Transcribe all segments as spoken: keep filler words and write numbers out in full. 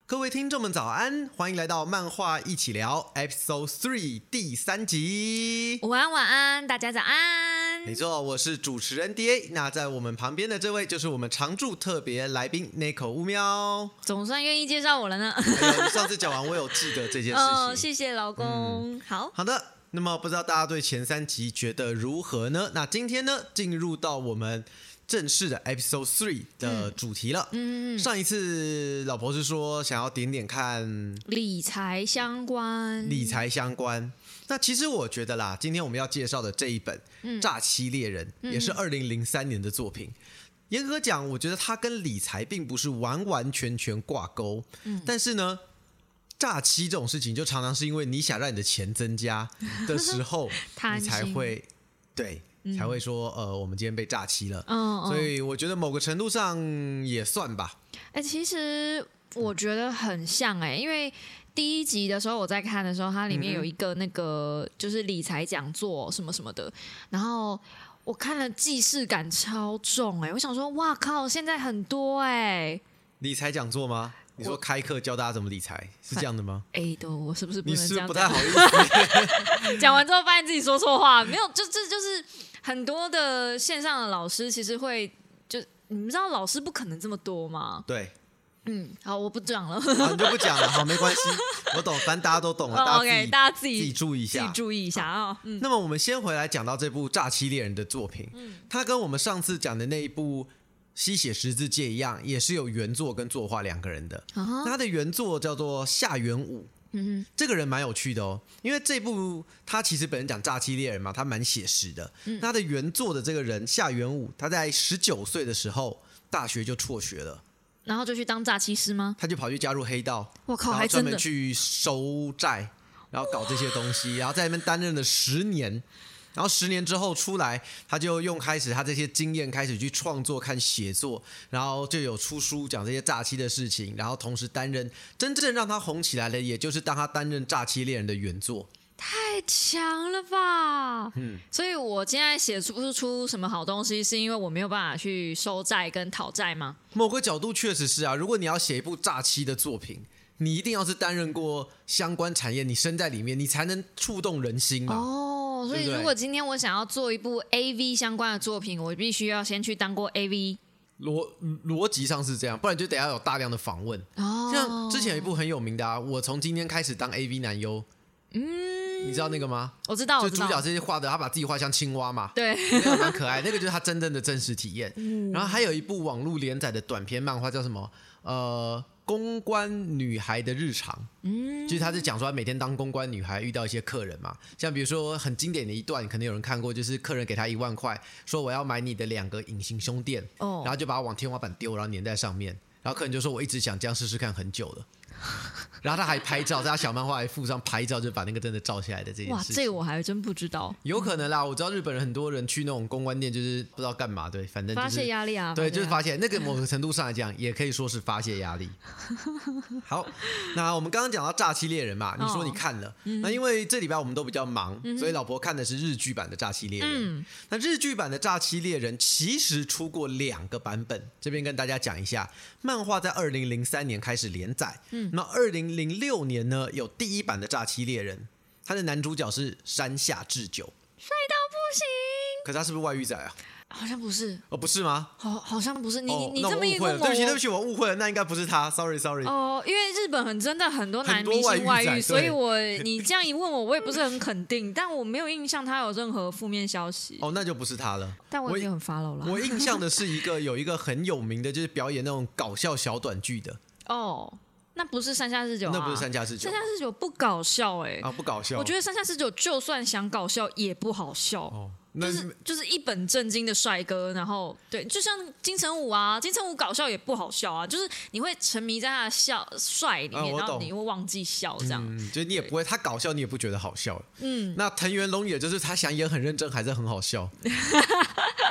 各位听众们早安，欢迎来到漫画一起聊 Episode 三第三集。 午安晚安，大家早安。 没错，我是主持人 D A。那在我们旁边的这位就是我们常驻特别来宾 Neko 乌喵。 总算愿意介绍我了呢。 哎、上次讲完我有记得这件事情。 哦，谢谢老公。嗯、好好的，那么不知道大家对前三集觉得如何呢？那今天呢，进入到我们正式的 Episode 三的主题了。嗯嗯上一次老婆是说想要点点看理财相关， 理财相关。那其实我觉得啦，今天我们要介绍的这一本《诈欺猎人》嗯、也是二零零三年的作品。严格讲，我觉得它跟理财并不是完完全全挂钩。嗯、但是呢，诈欺这种事情，就常常是因为你想让你的钱增加的时候，你才会对。才会说呃，我们今天被诈欺了，嗯、所以我觉得某个程度上也算吧。 哎、欸，其实我觉得很像哎、欸，因为第一集的时候我在看的时候，它里面有一个那个就是理财讲座什么什么的，然后我看了既视感超重哎、欸，我想说哇靠，现在很多哎、欸， 理财讲座吗？你说开课教大家怎么理财是这样的吗？ 哎、欸，都我是不是不能这样？ 你是不是不太好意思？ 讲完之后发现自己说错话，没有，就这就是很多的线上的老师其实会就你们知道老师不可能这么多吗？ 对， 嗯，好，我不讲了， 好，你就不讲了，好，没关系，我懂，反正大家都懂了， 哦、 大家自己、 okay, 大家自己自己注意一下， 自己注意一下啊、哦。嗯， 那么我们先回来讲到这部《诈欺猎人》的作品，嗯，它跟我们上次讲的那一部吸血十字界一样，也是有原作跟作画两个人的。Uh-huh. 他的原作叫做夏元武，嗯、这个人蛮有趣的哦，因为这部他其实本人讲诈欺猎人嘛，他蛮写实的。嗯、他的原作的这个人夏元武，他在十九岁的时候大学就辍学了， 然后就去当诈欺师吗？ 他就跑去加入黑道， 我靠， 然后专门还真的去收债，然后搞这些东西，然后在那边担任了十年。然后十年之后出来，他就用开始他这些经验开始去创作、看写作，然后就有出书讲这些诈欺的事情，然后同时担任真正让他红起来的，也就是当他担任诈欺猎人的原作。 太强了吧！嗯，所以我现在写出不出什么好东西，是因为我没有办法去收债跟讨债吗？ 某个角度确实是啊，如果你要写一部诈欺的作品，你一定要是担任过相关产业，你身在里面，你才能触动人心嘛。 哦。所以如果今天我想要做一部 A V 相关的作品，我必须要先去当过 A V。 逻逻辑上是这样，不然就得要有大量的访问。哦，像之前有一部很有名的啊，我从今天开始当 A V 男优。嗯，你知道那个吗？ 我知道， 就主角这些画的，他把自己画像青蛙嘛， 对， 那个蛮可爱，那个就是他真正的真实体验。嗯，然后还有一部网络连载的短篇漫画叫什么？呃。公关女孩的日常，嗯，就是他是讲说他每天当公关女孩遇到一些客人嘛，像比如说很经典的一段，可能有人看过，就是客人给他一万块，说我要买你的两个隐形胸垫，哦，然后就把它往天花板丢，然后粘在上面，然后客人就说我一直想这样试试看很久了。然后他还拍照，在他小漫画还附上拍照，就把那个真的照下来的这件事情。 哇，这个我还真不知道。 有可能啦，我知道日本人很多人去那种公关店，就是不知道干嘛，对，反正、就是、 发泄压力啊。 对，就是发泄。那个某个程度上来讲，也可以说是发泄压力。好，那我们刚刚讲到诈欺猎人嘛，你说你看了，哦嗯、那因为这礼拜我们都比较忙，嗯、所以老婆看的是日剧版的诈欺猎人。嗯、那日剧版的诈欺猎人其实出过两个版本，这边跟大家讲一下。漫画在二零零三年开始连载，嗯，那二零零六年呢有第一版的诈欺猎人，他的男主角是山下智久， 帅到不行。 可是他是不是外遇仔啊？ 好像不是哦，不是吗？ 好，好像不是。你、 哦、 你这么一问我， 对不起对不起，我误会了，那应该不是他 ，sorry sorry。 哦，因为日本很真的很多男明星外遇，所以我你这样一问我，我也不是很肯定，但我没有印象他有任何负面消息。 哦，那就不是他了。 但我已经很 follow 了。 我印象的是一个有一个很有名的，就是表演那种搞笑小短剧的。 哦。那不是山下智久、啊， 那不是山下智久， 山下智久不搞笑哎、欸， 啊不搞笑。 我觉得山下智久就算想搞笑也不好笑，哦、就是就是一本正经的帅哥，然后对，就像金城武啊，金城武搞笑也不好笑啊，就是你会沉迷在他的笑帅里面、啊，然后你会忘记笑这样， 嗯，就你也不会他搞笑你也不觉得好笑，嗯，那藤原龙也就是他想演很认真还是很好笑。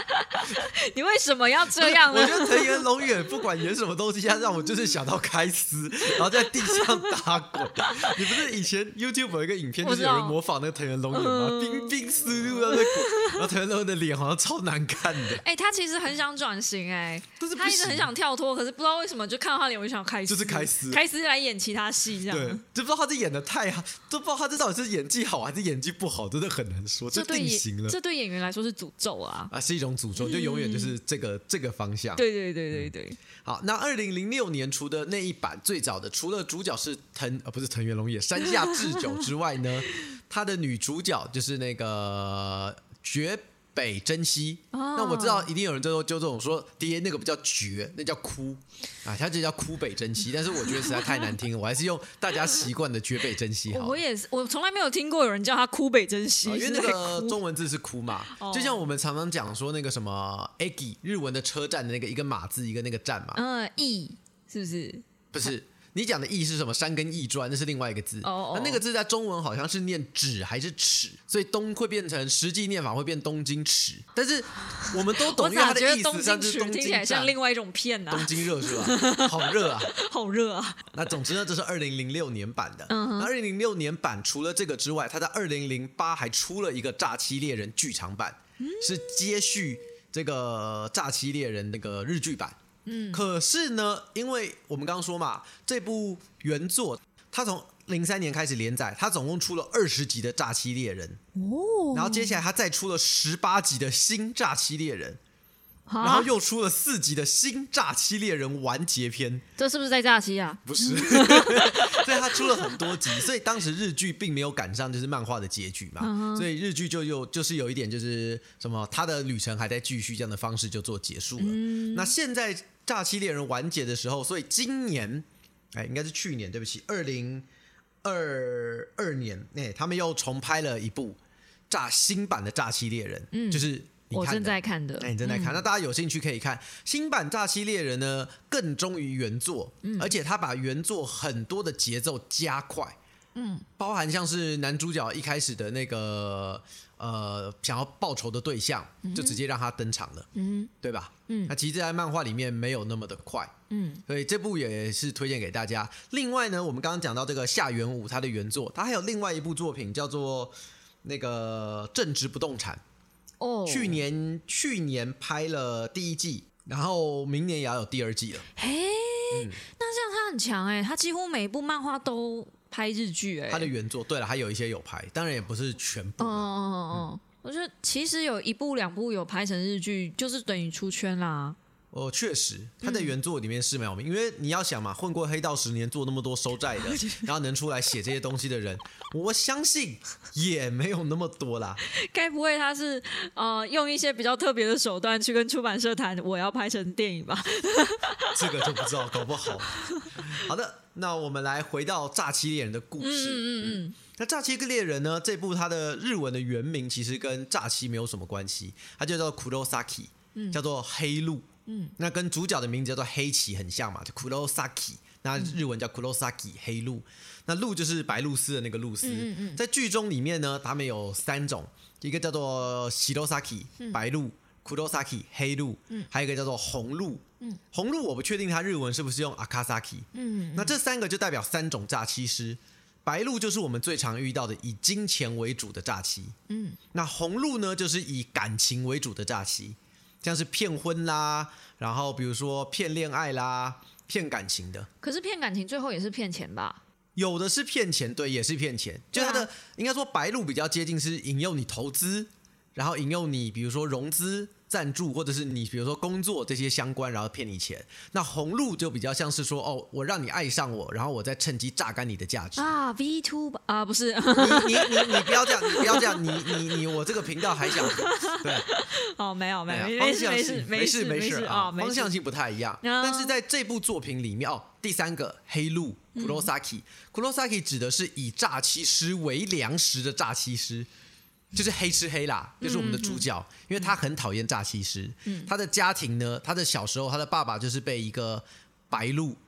你为什么要这样呢？ 我觉得藤原龙也不管演什么东西，他让我就是想到开司，然后在地上打滚。你不是以前 YouTube 有一个影片，就是有人模仿那个藤原龙也吗？冰冰丝路在滚，然后藤原龙也的脸好像超难看的。 哎、欸，他其实很想转型、欸，哎，他一直很想跳脱，可是不知道为什么就看到他脸，我就想开司， 就是开司， 开司来演其他戏这样。 对，就不知道他这演的太好，都不知道他这到底是演技好还是演技不好，真的很难说。这定型了， 这对演员来说是诅咒啊！ 啊，是一种诅咒，就永远就是这个、嗯、这个方向。 对对对对对。 嗯、好，那二零零六年出的那一版最早的，除了主角是藤呃不是藤原龙也山下智久之外呢，他的女主角就是那个绝北真希。哦、那我知道一定有人就就这种说，爹那个不叫绝，那叫哭啊，他就叫哭北真希。但是我觉得实在太难听了，我还是用大家习惯的绝北真希好了。 我也是，我从来没有听过有人叫他哭北真希、 啊，因为那个中文字是哭嘛， 哦、 就像我们常常讲说那个什么 egi 日文的车站的那个一个马字一个那个站嘛， 嗯，义是不是？ 不是。你讲的义是什么？山根义专，那是另外一个字。 哦、 那那个字在中文好像是念止还是尺，所以东会变成实际念法会变东京尺。但是我们都懂，因为它的意思上就是东京站。 听起来像另外一种片啊。 东京热是吧？好热啊！ 好热啊！ 那总之呢，这是二零零六年版的。 嗯、 那二零零六年版除了这个之外，它在二零零八还出了一个《诈欺猎人》剧场版，嗯、是接续这个《诈欺猎人》那个日剧版。嗯，可是呢，因为我们刚刚说嘛，这部原作它从零三年开始连载，它总共出了二十集的《诈欺猎人》哦，然后接下来它再出了十八集的新《诈欺猎人》，然后又出了四集的新《诈欺猎人》完结篇。 这是不是在诈欺啊？ 不是，所以它出了很多集，所以当时日剧并没有赶上就是漫画的结局嘛，嗯、所以日剧就有就是有一点就是什么，他的旅程还在继续这样的方式就做结束了。嗯、那现在。诈欺猎人完结的时候，所以今年，哎，应该是去年，对不起，二零二二年，哎，他们又重拍了一部诈新版的诈欺猎人，嗯，就是你看的我正在看的， 哎，你正在看，嗯、那大家有兴趣可以看新版诈欺猎人呢，更忠于原作，嗯、而且他把原作很多的节奏加快，嗯，包含像是男主角一开始的那个。呃，想要报仇的对象，就直接让他登场了，嗯，对吧？嗯，那其实，在漫画里面没有那么的快，嗯，所以这部也是推荐给大家。另外呢，我们刚刚讲到这个夏元武他的原作，他还有另外一部作品叫做那个《正直不动产》，哦，去年去年拍了第一季，然后明年也要有第二季了。 嘿，嗯、那这样他很强哎、欸，他几乎每一部漫画都。拍日剧哎、欸， 他的原作对了，还有一些有拍，当然也不是全部。哦哦哦，我觉得其实有一部两部有拍成日剧，就是等于出圈啦。 哦，确实，他的原作里面是蛮有名，嗯、因为你要想嘛，混过黑道十年，做那么多收债的，然后能出来写这些东西的人，我相信也没有那么多啦。 该不会他是呃用一些比较特别的手段去跟出版社谈，我要拍成电影吧？ 这个就不知道，搞不好。好的，那我们来回到《诈欺猎人》的故事。嗯嗯嗯。那《诈欺猎人》呢？这部它的日文的原名其实跟诈欺没有什么关系，它就叫做 Kurosaki，、嗯、叫做黑鹿。嗯，那跟主角的名字叫做黑崎很像嘛，就 Kurosaki， 那日文叫 Kurosaki 黑鹿，那鹿就是白鹭鸶的那个鹭鸶。嗯嗯在剧中里面呢，他们有三种，一个叫做 Shirosaki 白鹭、嗯、Kurosaki 黑鹭，嗯，还有一个叫做红鹭。嗯，红鹭我不确定它日文是不是用 Akasaki。嗯，那这三个就代表三种诈欺师。白鹭就是我们最常遇到的以金钱为主的诈欺。嗯，那红鹭呢，就是以感情为主的诈欺。像是骗婚啦，然后比如说骗恋爱啦，骗感情的。 可是骗感情最后也是骗钱吧？ 有的是骗钱，对，也是骗钱。就它的、啊、应该说白鹭比较接近是引诱你投资，然后引诱你比如说融资、赞助，或者是你比如说工作这些相关，然后骗你钱。那红鹭就比较像是说，哦，我让你爱上我，然后我再趁机榨干你的价值啊 V 二 啊，不是你你你你不要这样，你不要这样，你你你我这个频道还想对哦，没有没有， 方向性没事没事啊， 哦、 方向性不太一样。但是在这部作品里面哦，第三个黑鹿 Kurosaki，Kurosaki、嗯、Kurosaki 指的是以诈欺师为粮食的诈欺师。就是黑吃黑啦，就是我们的主角，嗯、因为他很讨厌诈欺师。嗯、他的家庭呢，他的小时候，他的爸爸就是被一个白鹭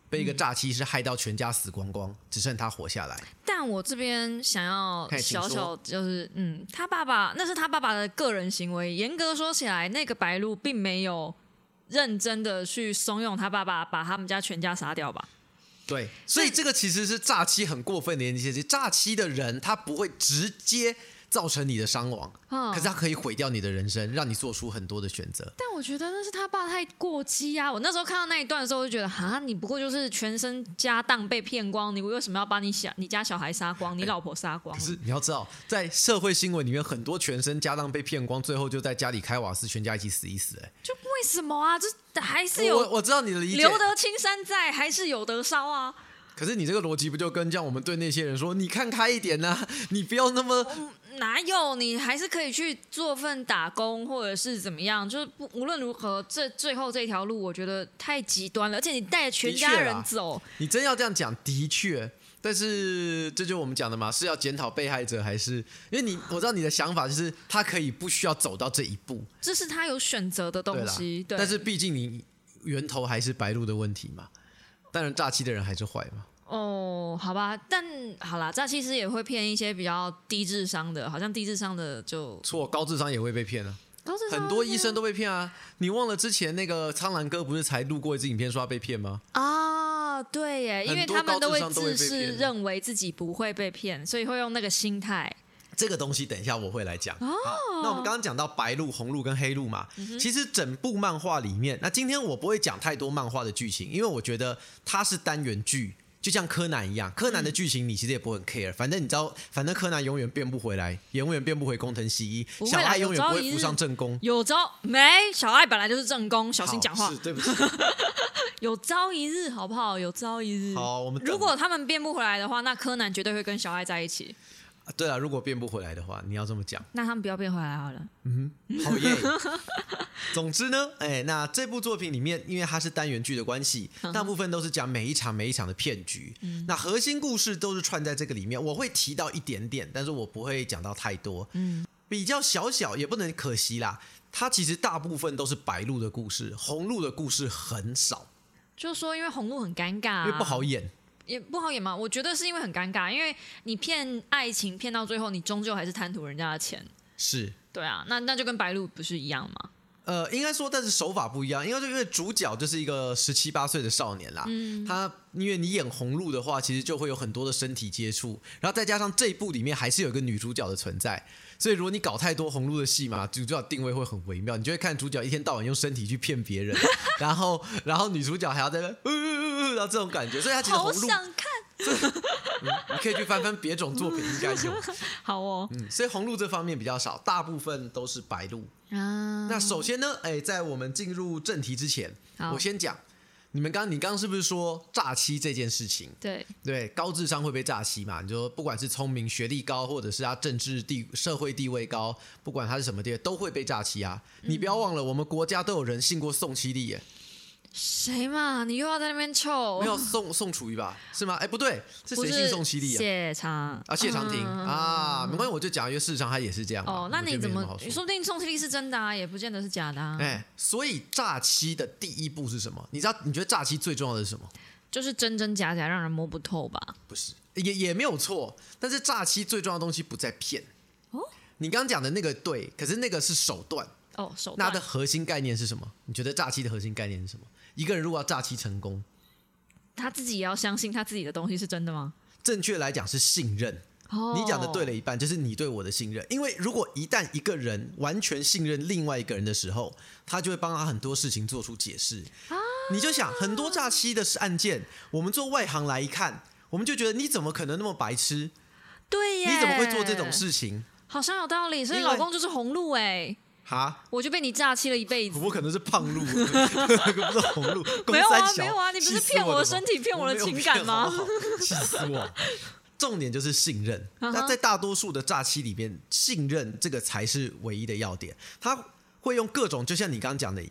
被一个诈欺师害到全家死光光，只剩他活下来。 但我这边想要小小就是，嗯，他爸爸那是他爸爸的个人行为，严格说起来，那个白鹿并没有认真的去怂恿他爸爸把他们家全家杀掉吧？ 对，所以这个其实是诈欺很过分的一件事。诈欺的人他不会直接造成你的伤亡，嗯，可是他可以毁掉你的人生，让你做出很多的选择。 但我觉得那是他爸太过激啊！我那时候看到那一段的时候，我就觉得，哈，你不过就是全身家当被骗光，你为什么要把你小你家小孩杀光，你老婆杀光？ 可是你要知道，在社会新闻里面，很多全身家当被骗光，最后就在家里开瓦斯，全家一起死一死、欸。哎， 就为什么啊？这还是有我我知道你的理解， 留得青山在，还是有得烧啊。 可是你这个逻辑不就跟这样我们对那些人说，你看开一点啊，你不要那么、 嗯、哪有？你还是可以去做份打工，或者是怎么样？就是不无论如何，这最后这条路我觉得太极端了，而且你带着全家人走， 你真要这样讲，的确。但是这就是我们讲的嘛，是要检讨被害者，还是因为你我知道你的想法就是他可以不需要走到这一步， 这是他有选择的东西。对， 但是毕竟你源头还是白鹿的问题嘛。当然，诈欺的人还是坏嘛。 哦，好吧，但好啦，诈欺师也会骗一些比较低智商的，好像低智商的就错，高智商也会被骗啊。 高智商很多医生都被骗啊！你忘了之前那个苍兰哥不是才录过一支影片说他被骗吗？ 啊，对耶，因为他们都会自视认为自己不会被骗，所以会用那个心态。 这个东西等一下我会来讲。哦，那我们刚刚讲到白鹿、红鹿跟黑鹿嘛，嗯、其实整部漫画里面，那今天我不会讲太多漫画的剧情，因为我觉得它是单元剧，就像柯南一样，柯南的剧情你其实也不会很 care，、嗯、反正你知道，反正柯南永远变不回来，也永远变不回工藤新一，小爱永远不会扶上正宫。 有朝没？小爱本来就是正宫，小心讲话。 是，对不起。 有朝一日，好不好？有朝一日。 好，我们如果他们变不回来的话，那柯南绝对会跟小爱在一起。 对了，如果变不回来的话，你要这么讲， 那他们不要变回来好了。 嗯哼，好耶。总之呢，哎，那这部作品里面，因为它是单元剧的关系，大部分都是讲每一场每一场的骗局。嗯、那核心故事都是串在这个里面，我会提到一点点，但是我不会讲到太多。嗯，比较小小也不能可惜啦。它其实大部分都是白鹿的故事，红鹿的故事很少。 就说因为红鹿很尴尬、啊， 因为不好演。 也不好演嘛，我觉得是因为很尴尬，因为你骗爱情骗到最后，你终究还是贪图人家的钱。 是， 对啊，那那就跟白鹿不是一样吗？ 呃，应该说，但是手法不一样，应该说因为主角就是一个十七八岁的少年啦，嗯，他因为你演红鹿的话，其实就会有很多的身体接触，然后再加上这一部里面还是有一个女主角的存在。所以如果你搞太多红鹿的戏嘛，主角定位会很微妙，你就会看主角一天到晚用身体去骗别人，然后然后女主角还要在那呃呃呃，然后这种感觉，所以他其实红鹿好想看， 嗯、你可以去翻翻别种作品，应该有。 好哦， 嗯，所以红鹿这方面比较少，大部分都是白鹿啊。那首先呢，哎，在我们进入正题之前，我先讲。你们刚，你刚刚是不是说诈欺这件事情？ 对对，高智商会被诈欺嘛？你说不管是聪明、学历高，或者是他政治地、社会地位高，不管他是什么地位，都会被诈欺啊！嗯、你不要忘了，我们国家都有人信过宋七力耶。 谁嘛？你又要在那边臭？ 没有宋宋楚瑜吧？是吗？哎，不对，是谁信宋七力啊？ 谢长啊，谢长廷、嗯、啊，没关系，我就讲，因为事实上他也是这样。 哦，那你怎么？你说不定宋七力是真的啊，也不见得是假的啊。 哎，所以诈欺的第一步是什么？你知道？你觉得诈欺最重要的是什么？ 就是真真假假，让人摸不透吧？ 不是，也也没有错。但是诈欺最重要的东西不在骗。哦，你刚刚讲的那个对，可是那个是手段。 哦，手段。 那它的核心概念是什么？你觉得诈欺的核心概念是什么？一个人如果要诈欺成功， 他自己也要相信他自己的东西是真的吗？ 正确来讲是信任。Oh. 你讲的对了一半，就是你对我的信任。因为如果一旦一个人完全信任另外一个人的时候，他就会帮他很多事情做出解释。Ah. 你就想很多诈欺的案件，我们做外行来一看，我们就觉得你怎么可能那么白痴？ 对耶， 你怎么会做这种事情？ 好像有道理。所以老公就是红鹿哎。 哈， 我就被你诈欺了一辈子。 我可能是胖鹿，那个不是红鹿。 没有啊，没有啊，你不是骗我的身体，骗我的情感吗？ 气死我！重点就是信任。那、uh-huh. 在大多数的诈欺里面，信任这个才是唯一的要点。他会用各种，就像你刚刚讲的一样，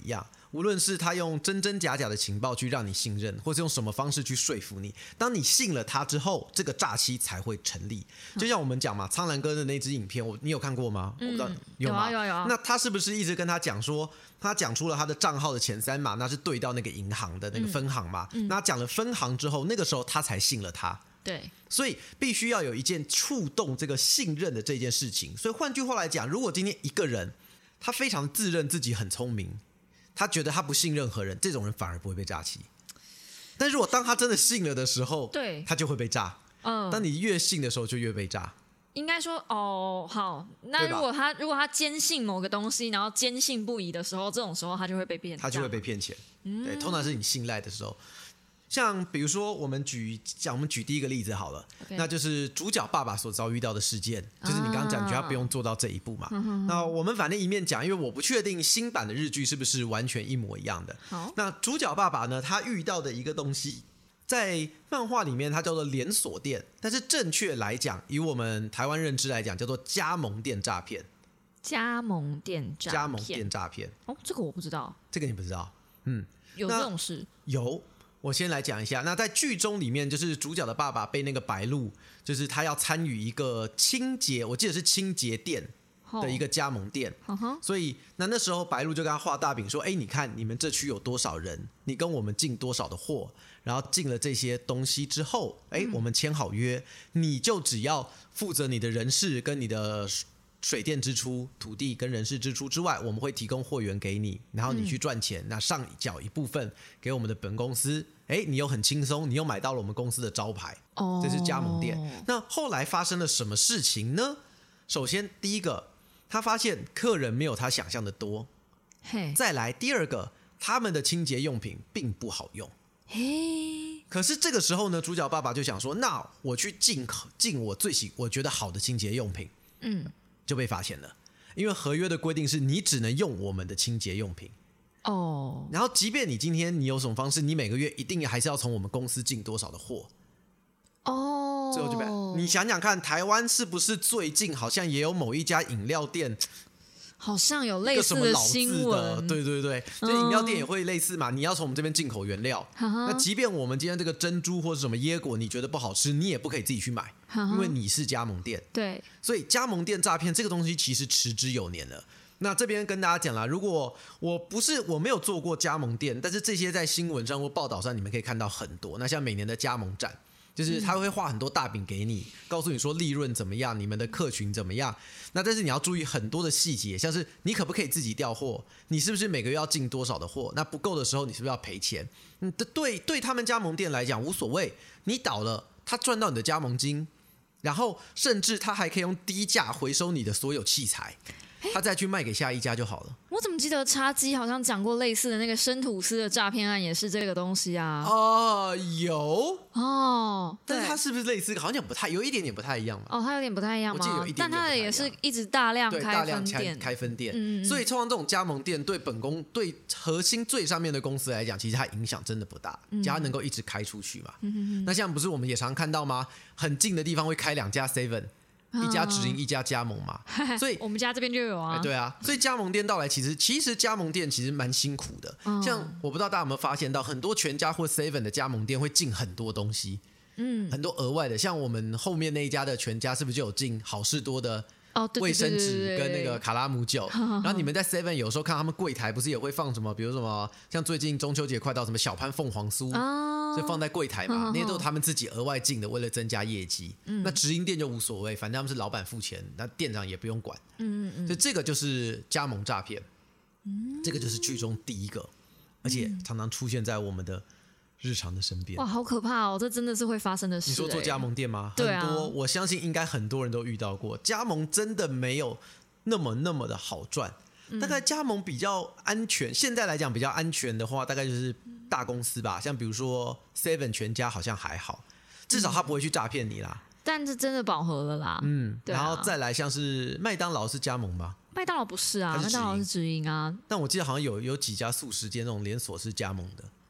无论是他用真真假假的情报去让你信任，或是用什么方式去说服你，当你信了他之后，这个诈欺才会成立。就像我们讲嘛，苍兰哥的那支影片，我你有看过吗？ 嗯、 我不知道有吗？ 有啊有啊。 那他是不是一直跟他讲说，他讲出了他的账号的前三码，那是对到那个银行的那个分行嘛？嗯、那讲了分行之后，那个时候他才信了他。 对， 所以必须要有一件触动这个信任的这件事情。所以换句话来讲，如果今天一个人他非常自认自己很聪明，他觉得他不信任何人，这种人反而不会被诈欺。但如果当他真的信了的时候， 对， 他就会被诈。嗯，当你越信的时候，就越被诈。 应该说，哦，好，那如果他如果他坚信某个东西，然后坚信不疑的时候，这种时候他就会被骗， 他就会被骗钱。嗯、对，通常是你信赖的时候。像比如说，我们举讲我们举第一个例子好了， okay. 那就是主角爸爸所遭遇到的事件，就是你刚刚讲，你觉得他不用做到这一步嘛？啊、那我们反正一面讲，因为我不确定新版的日剧是不是完全一模一样的。 好， 那主角爸爸呢，他遇到的一个东西，在漫画里面它叫做连锁店，但是正确来讲，以我们台湾认知来讲，叫做加盟店诈骗。 加盟店诈骗， 加盟店诈骗。 哦，这个我不知道， 这个你不知道？嗯， 有这种事？ 有。我先来讲一下，那在剧中里面，就是主角的爸爸被那个白鹿，就是他要参与一个清洁，我记得是清洁店的一个加盟店， oh. 所以那那时候白鹿就跟他画大饼说：“哎，你看你们这区有多少人，你跟我们进多少的货，然后进了这些东西之后，哎，我们签好约，你就只要负责你的人事跟你的水电支出、土地跟人事支出之外，我们会提供货源给你，然后你去赚钱，嗯、那上缴一部分给我们的本公司。哎，你又很轻松，你又买到了我们公司的招牌，哦、这是加盟店。那后来发生了什么事情呢？首先，第一个，他发现客人没有他想象的多。 嘿， 再来，第二个，他们的清洁用品并不好用。 嘿， 可是这个时候呢，主角爸爸就想说，那我去进进我最喜我觉得好的清洁用品，嗯，就被罚钱了，因为合约的规定是你只能用我们的清洁用品。 哦， 然后即便你今天你有什么方式，你每个月一定还是要从我们公司进多少的货。 哦， 最后就被你想想看，台湾是不是最近好像也有某一家饮料店？ 好像有类似的新闻， 对对对，所以饮料店也会类似嘛。你要从我们这边进口原料，那即便我们今天这个珍珠或是什么椰果，你觉得不好吃，你也不可以自己去买，因为你是加盟店。 对， 所以加盟店诈骗这个东西其实持之有年了。那这边跟大家讲啦，如果我不是我没有做过加盟店，但是这些在新闻上或报道上你们可以看到很多。那像每年的加盟展，就是他会画很多大饼给你，告诉你说利润怎么样，你们的客群怎么样。那但是你要注意很多的细节，像是你可不可以自己调货，你是不是每个月要进多少的货，那不够的时候你是不是要赔钱？嗯，对，对他们加盟店来讲无所谓，你倒了，他赚到你的加盟金，然后甚至他还可以用低价回收你的所有器材。他再去卖给下一家就好了。 我怎么记得叉鸡好像讲过类似的那个生吐司的诈骗案，也是这个东西啊？ 哦、呃，有哦， 但是它是不是类似？好像不太，有一点点不太一样嘛。 哦，它有点不太一样吗？ 我记得有一点点不太一样， 但它的也是一直大量开分店，大量开开分店。嗯嗯，所以通常这种加盟店对本公对核心最上面的公司来讲，其实它影响真的不大，只要它能够一直开出去嘛。嗯嗯嗯，那像不是我们也常看到吗？很近的地方会开两家 seven。一家直营一家加盟嘛，所以我们家这边就有啊。 对啊，所以加盟店到来，其实其实加盟店其实蛮辛苦的。嗯、像我不知道大家有没有发现到，很多全家或 seven 的加盟店会进很多东西，嗯，很多额外的。像我们后面那一家的全家，是不是就有进好事多的卫生纸跟那个卡拉姆酒？然后你们在 seven 有时候看他们柜台，不是也会放什么，比如什么像最近中秋节快到，什么小潘凤凰酥。哦，就放在柜台嘛，那些都是他们自己额外进的，为了增加业绩。嗯、那直营店就无所谓，反正他们是老板付钱，那店长也不用管。嗯嗯，所以这个就是加盟诈骗，嗯、这个就是剧中第一个，而且常常出现在我们的日常的身边。 哇，好可怕哦！这真的是会发生的事、欸。 你说做加盟店吗？ 对啊， 很多，我相信应该很多人都遇到过。加盟真的没有那么那么的好赚。大概加盟比较安全，现在来讲比较安全的话，大概就是大公司吧，像比如说 seven 全家好像还好，至少他不会去诈骗你啦。 嗯、但是真的饱和了啦。嗯，对、啊。 然后再来像是麦当劳是加盟吗？ 麦当劳不是啊，麦当劳是直营啊。 但我记得好像有有几家速食店那种连锁是加盟的。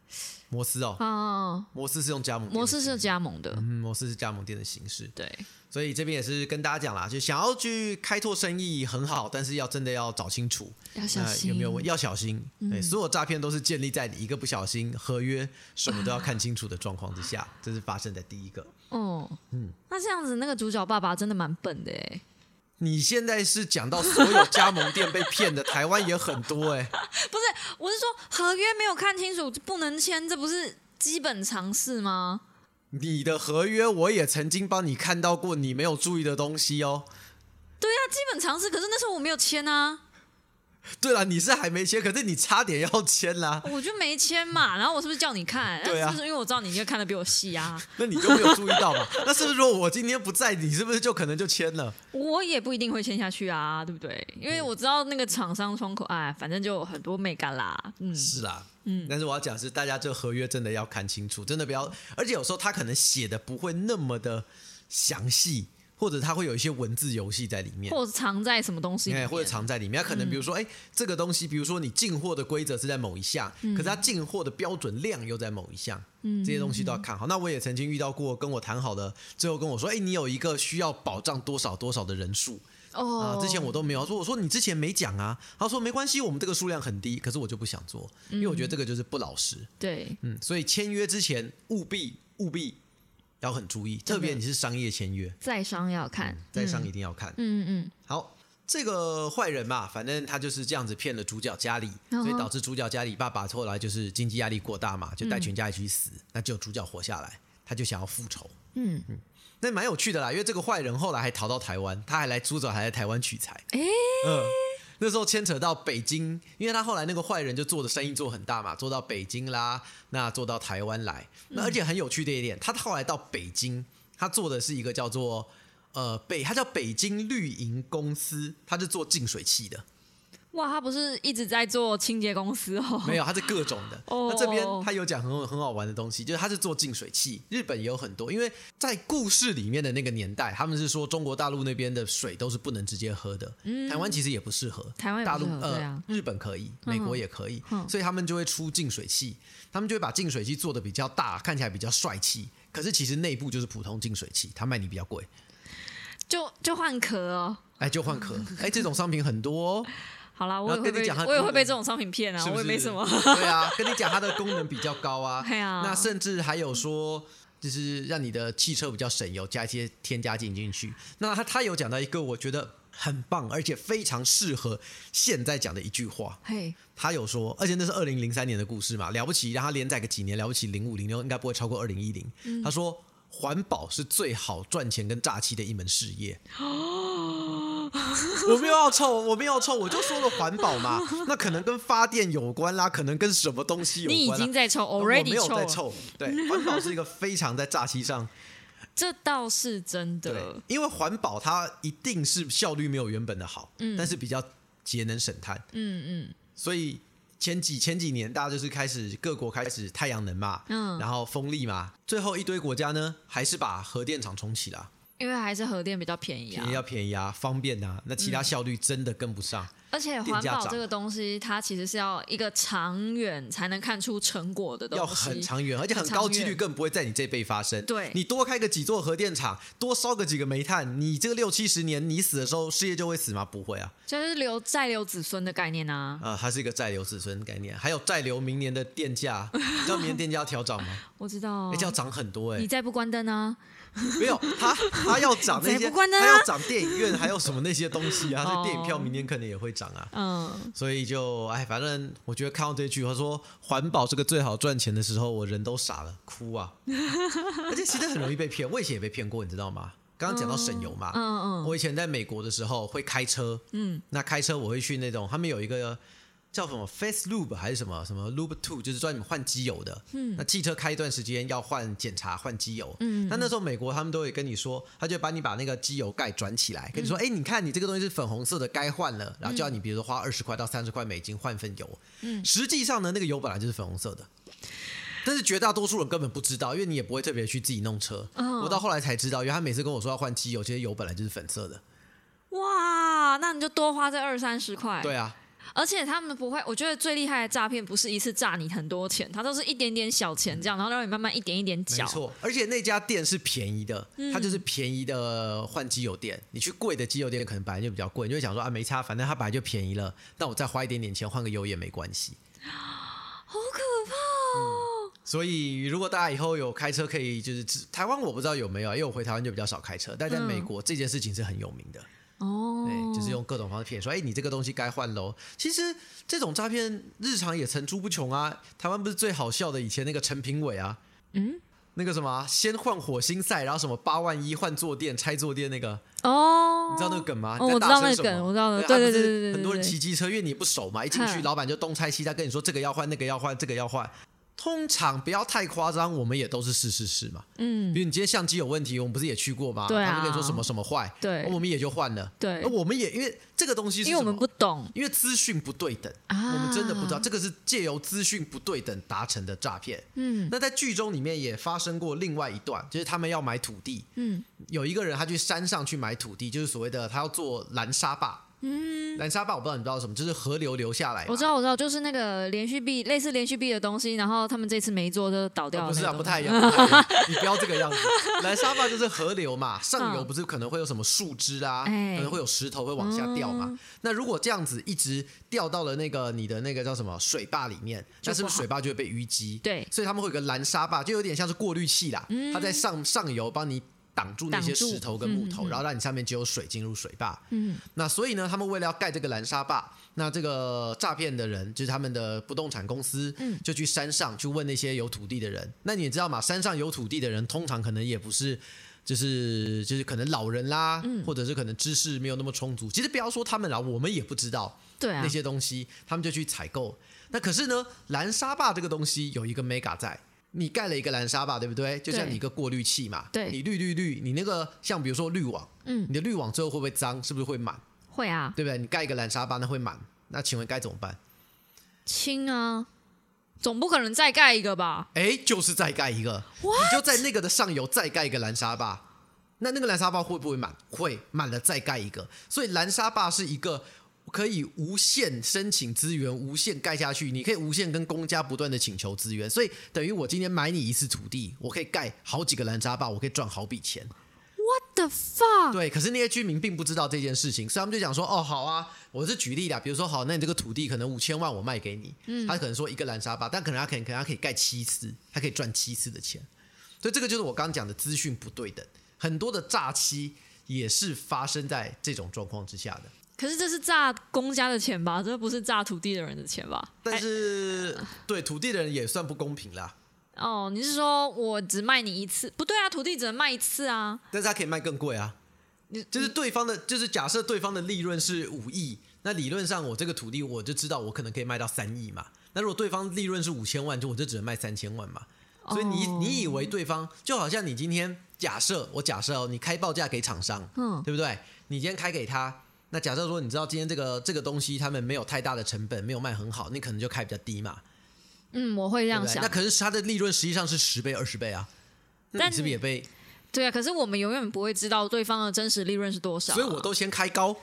摩斯哦， 哦， 摩斯是用加盟店的形式， 摩斯是加盟的， 嗯，摩斯是加盟店的形式。 对， 所以这边也是跟大家讲啦，就想要去开拓生意很好，但是要真的要找清楚， 要小心， 呃、有没有要小心。 嗯、 对，所有诈骗都是建立在你一个不小心合约什么都要看清楚的状况之下，这是发生在第一个。 哦，嗯，那这样子那个主角爸爸真的蛮笨的哎。 你现在是讲到所有加盟店被骗的，台湾也很多哎、欸。 不是，我是说合约没有看清楚就不能签，这不是基本常识吗？ 你的合约我也曾经帮你看到过你没有注意的东西哦。 对啊，基本常识，可是那时候我没有签啊。 对了，你是还没签，可是你差点要签啦。 我就没签嘛，然后我是不是叫你看？ 对啊， 是不是因为我知道你应该看得比我细啊？ 那你就没有注意到嘛？那是不是说我今天不在，你是不是就可能就签了？ 我也不一定会签下去啊，对不对？因为我知道那个厂商窗口，哎，反正就有很多美感啦。嗯， 是啦， 嗯， 但是我要讲是，大家这合约真的要看清楚，真的不要，而且有时候他可能写的不会那么的详细。或者它会有一些文字游戏在里面， 或者藏在什么东西里面， 或者藏在里面。它可能比如说，哎、嗯，这个东西，比如说你进货的规则是在某一项，嗯、可是它进货的标准量又在某一项，嗯，这些东西都要看好。那我也曾经遇到过，跟我谈好的，最后跟我说，哎，你有一个需要保障多少多少的人数。哦、啊，之前我都没有说，我说你之前没讲啊，他说没关系，我们这个数量很低，可是我就不想做，因为我觉得这个就是不老实。 对， 嗯，所以签约之前务必务必。要很注意，特别你是商业签约， 在商要看， 嗯、在商一定要看。 嗯嗯嗯。 好，这个坏人嘛，反正他就是这样子骗了主角家里， 哦、 所以导致主角家里爸爸后来就是经济压力过大嘛，就带全家一起去死。嗯、那只有主角活下来，他就想要复仇。嗯嗯，那蛮有趣的啦，因为这个坏人后来还逃到台湾，他还来主角还在台湾取材。哎、欸，嗯。那时候牵扯到北京，因为他后来那个坏人就做的生意做很大嘛，做到北京啦，那做到台湾来。那而且很有趣的一点，他后来到北京，他做的是一个叫做呃北，他叫北京绿营公司，他是做净水器的。 哇，他不是一直在做清洁公司哦？ 没有，他是各种的。哦、那这边他有讲很很好玩的东西，就是他是做净水器，日本也有很多，因为在故事里面的那个年代，他们是说中国大陆那边的水都是不能直接喝的，嗯、台湾其实也不适合， 台湾也不适合， 大陆呃、 啊、 日本可以，美国也可以，嗯、所以他们就会出净水器，他们就会把净水器做的比较大，看起来比较帅气，可是其实内部就是普通净水器，它卖你比较贵， 就就换壳哦， 哎，就换壳，哎，这种商品很多哦。 好啦，我也会被我也会被这种商品骗啊， 是是我也没什么。 对啊，跟你讲它的功能比较高啊， 啊那甚至还有说，就是让你的汽车比较省油，加一些添加剂进去。那他他有讲到一个我觉得很棒，而且非常适合现在讲的一句话。 嘿， 他有说，而且那是二零零三年的故事嘛，了不起，让他连载个几年，了不起零五零六应该不会超过二零一零。他说，环保是最好赚钱跟诈欺的一门事业。我没有要臭，我没有要臭，我就说了环保嘛，那可能跟发电有关啦，可能跟什么东西有关啦。 你已经在臭 ，already 我没有在臭。对，环保是一个非常在诈欺上， 这倒是真的。 对，因为环保它一定是效率没有原本的好，嗯、但是比较节能省碳。嗯嗯。所以前几前几年，大家就是开始各国开始太阳能嘛，嗯，然后风力嘛，最后一堆国家呢，还是把核电厂重启了。 因为还是核电比较便宜啊， 便宜要便宜啊，方便啊，那其他效率真的跟不上。嗯、 而且环保这个东西，它其实是要一个长远才能看出成果的东西， 要很长远，而且很高几率更不会在你这辈发生。 对， 你多开个几座核电厂，多烧个几个煤炭，你这个六七十年，你死的时候，事业就会死吗？不会啊， 就是留再留子孙的概念啊。 啊、呃，它是一个再留子孙的概念，还有再留明年的电价，你知道明年电价要调涨吗？ 我知道， 而且要涨很多哎、欸。 你再不关灯啊？ 没有，他他要涨那些， 他要涨电影院，还有什么那些东西啊？所以电影票明年可能也会涨啊。嗯，所以就哎，反正我觉得看到这句，他说环保是个最好赚钱的时候，我人都傻了，哭啊！而且其实很容易被骗，我以前也被骗过，你知道吗？刚刚讲到省油嘛，嗯嗯，我以前在美国的时候会开车，嗯，那开车我会去那种他们有一个。叫什么 Face Lube 还是什么什么 Lube Two， 就是专门换机油的。嗯，那汽车开一段时间要换检查换机油。嗯，那那时候美国他们都会跟你说，他就把你把那个机油盖转起来，跟你说，哎、嗯，你看你这个东西是粉红色的，该换了，然后叫你比如说花二十块到三十块美金换份油。嗯，实际上呢，那个油本来就是粉红色的。但是绝大多数人根本不知道，因为你也不会特别去自己弄车。哦、我到后来才知道，因为他每次跟我说要换机油，其实油本来就是粉色的。 哇，那你就多花这二三十块。 对啊。 而且他们不会，我觉得最厉害的诈骗不是一次诈你很多钱，他都是一点点小钱这样，然后让你慢慢一点一点缴。 没错，而且那家店是便宜的，嗯、它就是便宜的换机油店。你去贵的机油店可能本来就比较贵，你就会想说啊没差，反正它本来就便宜了，那我再花一点点钱换个油也没关系。 好可怕哦！ 嗯、所以如果大家以后有开车，可以就是台湾我不知道有没有，因为我回台湾就比较少开车，但在美国、嗯、这件事情是很有名的。哦，对，就是用各种方式骗说，哎，你这个东西该换喽。其实这种诈骗日常也层出不穷啊。台湾不是最好笑的以前那个陈评伟啊，嗯，那个什么先换火星赛，然后什么八万一换坐垫拆坐垫那个，哦，你知道那个梗吗？ 哦，我知道那个梗，我知道了，对对对对对， 很多人骑机车，因为你不熟嘛，一进去老板就东拆西拆，跟你说这个要换，那个要换，这个要换。通常不要太夸张，我们也都是试试试嘛。嗯，比如你今天相机有问题，我们不是也去过吗？ 对啊， 他们跟你说什么什么坏， 对， 我们也就换了。 对， 我们也因为这个东西是什么， 因为我们不懂， 因为资讯不对等、啊，我们真的不知道这个是借由资讯不对等达成的诈骗。嗯，那在剧中里面也发生过另外一段，就是他们要买土地，嗯，有一个人他去山上去买土地，就是所谓的他要做蓝沙坝。嗯，蓝沙坝我不知道你知道什么，就是河流流下来。 我知道，我知道，就是那个连续壁，类似连续壁的东西，然后他们这次没做就倒掉了、 哦。不是啊，不太一样，不太一样你不要这个样子。蓝沙坝就是河流嘛，上游不是可能会有什么树枝啊，嗯、可能会有石头会往下掉嘛。嗯、那如果这样子一直掉到了那个你的那个叫什么水坝里面，那是不是水坝就会被淤积？ 对， 所以他们会有个蓝沙坝，就有点像是过滤器啦，嗯、它在上上游帮你挡住那些石头跟木头，嗯、然后让你上面只有水进入水坝。嗯，那所以呢，他们为了要盖这个蓝沙坝，那这个诈骗的人就是他们的不动产公司，嗯、就去山上去问那些有土地的人。那你也知道嘛，山上有土地的人通常可能也不是。就是就是可能老人啦、嗯，或者是可能知识没有那么充足。其实不要说他们啦，我们也不知道那些东西，啊、他们就去采购。那可是呢，蓝沙坝这个东西有一个 mega 在。你盖了一个蓝沙坝，对不对？就像你一个过滤器嘛， 对， 你滤滤滤，你那个像比如说滤网，嗯，你的滤网最后会不会脏？是不是会满？ 会啊， 对不对？你盖一个蓝沙坝，那会满，那请问该怎么办？ 清啊，总不可能再盖一个吧？ 哎，就是再盖一个， What? 你就在那个的上游再盖一个蓝沙坝，那那个蓝沙坝会不会满？会，满了再盖一个。所以蓝沙坝是一个。可以无限申请资源，无限盖下去，你可以无限跟公家不断的请求资源，所以等于我今天买你一次土地，我可以盖好几个蓝沙坝，我可以赚好笔钱。 What the fuck？ 对，可是那些居民并不知道这件事情，所以他们就讲说，哦，好啊，我是举例啦，比如说，好，那你这个土地可能五千万我卖给你，嗯，他可能说一个蓝沙坝，但可能他可能可能他可以盖七次，他可以赚七次的钱，所以这个就是我刚刚讲的资讯不对等，很多的诈欺也是发生在这种状况之下的。 可是这是诈公家的钱吧？这不是诈土地的人的钱吧？ 但是对土地的人也算不公平啦。 哦，你是说我只卖你一次？不对啊，土地只能卖一次啊。 但是他可以卖更贵啊。就是对方的，就是假设对方的利润是五亿，那理论上我这个土地我就知道我可能可以卖到三亿嘛。那如果对方利润是五千万，就我就只能卖三千万嘛。所以你你以为对方就好像你今天假设我假设哦，你开报价给厂商，嗯，对不对？你今天开给他。那假设说你知道今天这个这个东西他们没有太大的成本，没有卖很好，你可能就开比较低嘛。 嗯，我会这样想。 那可是它的利润实际上是十倍、二十倍啊。那你是不是也被？ 对啊，可是我们永远不会知道对方的真实利润是多少、啊， 所以我都先开高，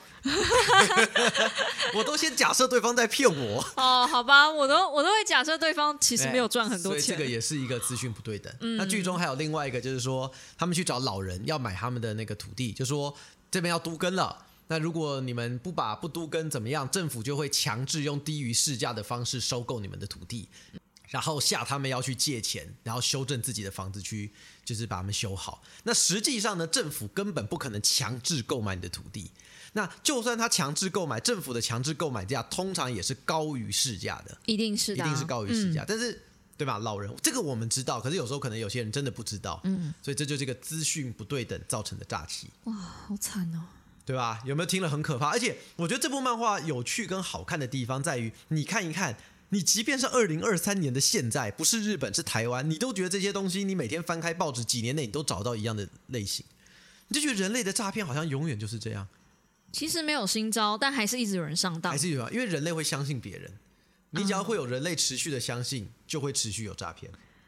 我都先假设对方在骗我。 哦，好吧，我都我都会假设对方其实没有赚很多钱， 所以这个也是一个资讯不对等。嗯、那剧中还有另外一个，就是说他们去找老人要买他们的那个土地，就说这边要都更了。那如果你们不把不都更怎么样，政府就会强制用低于市价的方式收购你们的土地，然后吓他们要去借钱，然后修正自己的房子去，就是把他们修好。那实际上呢，政府根本不可能强制购买你的土地。那就算他强制购买，政府的强制购买价通常也是高于市价的， 一定是的、啊， 一定是高于市价。嗯、但是对吧？老人这个我们知道，可是有时候可能有些人真的不知道，嗯，所以这就是一个资讯不对等造成的诈欺。 哇，好惨哦！ 对吧？有没有听了很可怕？而且我觉得这部漫画有趣跟好看的地方在于，你看一看，你即便是二零二三年的现在，不是日本是台湾，你都觉得这些东西，你每天翻开报纸，几年内你都找到一样的类型，你就觉得人类的诈骗好像永远就是这样。 其实没有新招，但还是一直有人上当， 还是有啊，因为人类会相信别人，你只要会有人类持续的相信，就会持续有诈骗。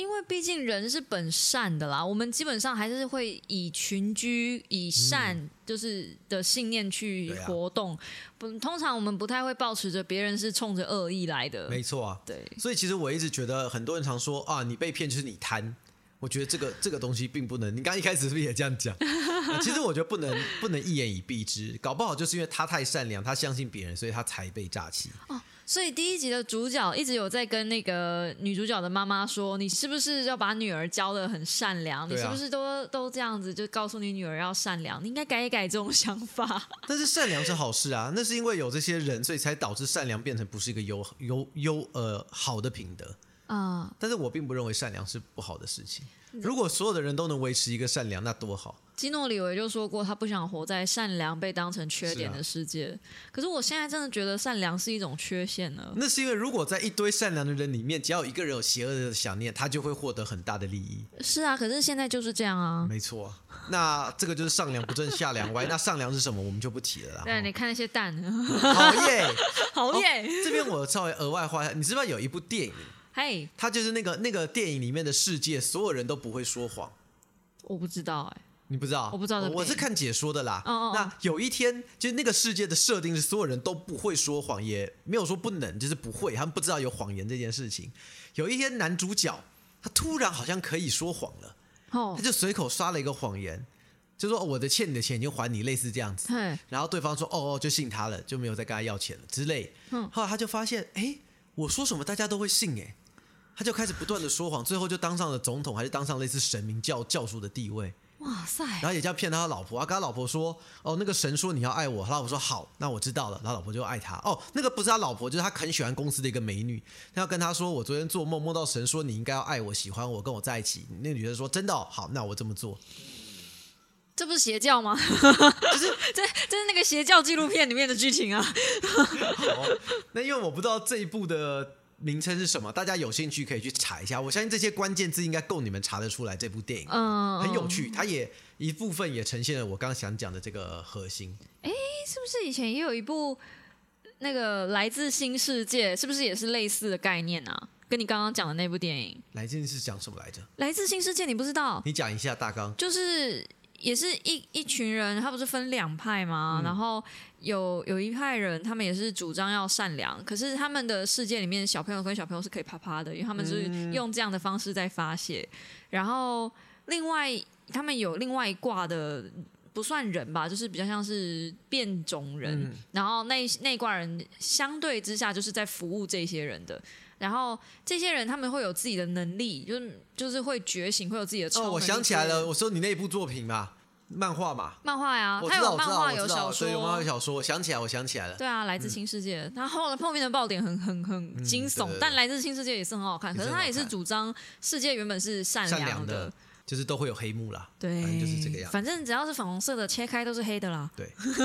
因为毕竟人是本善的啦，我们基本上还是会以群居、以善就是的信念去活动。不、嗯啊，通常我们不太会抱持着别人是冲着恶意来的。 没错啊， 对。 所以其实我一直觉得，很多人常说啊，你被骗就是你贪。我觉得这个这个东西并不能，你刚一开始是不是也这样讲？呃、其实我觉得不能不能一言以蔽之，搞不好就是因为他太善良，他相信别人，所以他才被诈欺。 哦，所以第一集的主角一直有在跟那个女主角的妈妈说，你是不是要把女儿教得很善良？你是不是都都这样子，就告诉你女儿要善良？你应该改一改这种想法。 但是善良是好事啊，那是因为有这些人，所以才导致善良变成不是一个优优优呃好的品德。 嗯， 但是我并不认为善良是不好的事情。如果所有的人都能维持一个善良，那多好。 基诺里维就说过，他不想活在善良被当成缺点的世界。啊、可是我现在真的觉得善良是一种缺陷呢。 那是因为如果在一堆善良的人里面，只要有一个人有邪恶的想念，他就会获得很大的利益。 是啊，可是现在就是这样啊。 没错，那这个就是上梁不正下梁歪。那上梁是什么，我们就不提了啦。 对，你看那些蛋， 好耶， 好耶、哦。 这边我稍微额外画一下，你知不知道有一部电影？ 嘿， 它就是那个那个电影里面的世界，所有人都不会说谎。 我不知道哎、欸， 你不知道？ 我不知道， 我是看解说的啦。 哦哦哦， 那有一天，就是那个世界的设定是所有人都不会说谎，也没有说不能，就是不会，他们不知道有谎言这件事情。有一天，男主角他突然好像可以说谎了， 哦、 他就随口刷了一个谎言，就说、哦、我的欠你的钱已经还你，类似这样子。然后对方说哦哦，就信他了，就没有再跟他要钱了之类。嗯、后来他就发现，哎，我说什么大家都会信哎。他就开始不断的说谎，最后就当上了总统，还是当上类似神明教教主的地位。 哇塞！ 然后也这样骗他老婆，他跟他老婆说：“哦，那个神说你要爱我。”他老婆说：“好，那我知道了。”然后老婆就爱他。哦，那个不是他老婆，就是他很喜欢公司的一个美女。他要跟他说：“我昨天做梦梦到神说你应该要爱我、喜欢我、跟我在一起。”那个女人说：“真的、哦？好，那我这么做。” 这不是邪教吗？就是这这是那个邪教纪录片里面的剧情啊。 好，那因为我不知道这一部的名称是什么，大家有兴趣可以去查一下。我相信这些关键字应该够你们查得出来。这部电影、嗯、很有趣，它也一部分也呈现了我刚刚想讲的这个核心。 哎，是不是以前也有一部那个来自新世界，是不是也是类似的概念啊？跟你刚刚讲的那部电影来自是讲什么来着？ 来自新世界你不知道？ 你讲一下大纲。 就是也是一一群人，他不是分两派吗？嗯、然后有有一派人，他们也是主张要善良，可是他们的世界里面，小朋友跟小朋友是可以啪啪的，因为他们是用这样的方式在发泄。嗯、然后另外他们有另外一挂的，不算人吧，就是比较像是变种人。嗯、然后那那一挂人相对之下，就是在服务这些人的。然后这些人他们会有自己的能力，就是就是会觉醒，会有自己的超能力。 哦，我想起来了，我说你那一部作品嘛，漫画嘛， 漫画呀， 他有漫画有小说， 对，有漫画有小说，我想起来，我想起来了。 对啊，来自新世界，他、嗯、后后面的爆点很很很惊悚，嗯、对对对，但来自新世界也是很好看。可是他也是主张世界原本是善良 的, 善良的， 就是都会有黑幕啦。 对， 反正就是这个样子。 反正只要是粉红色的，切开都是黑的啦。 对。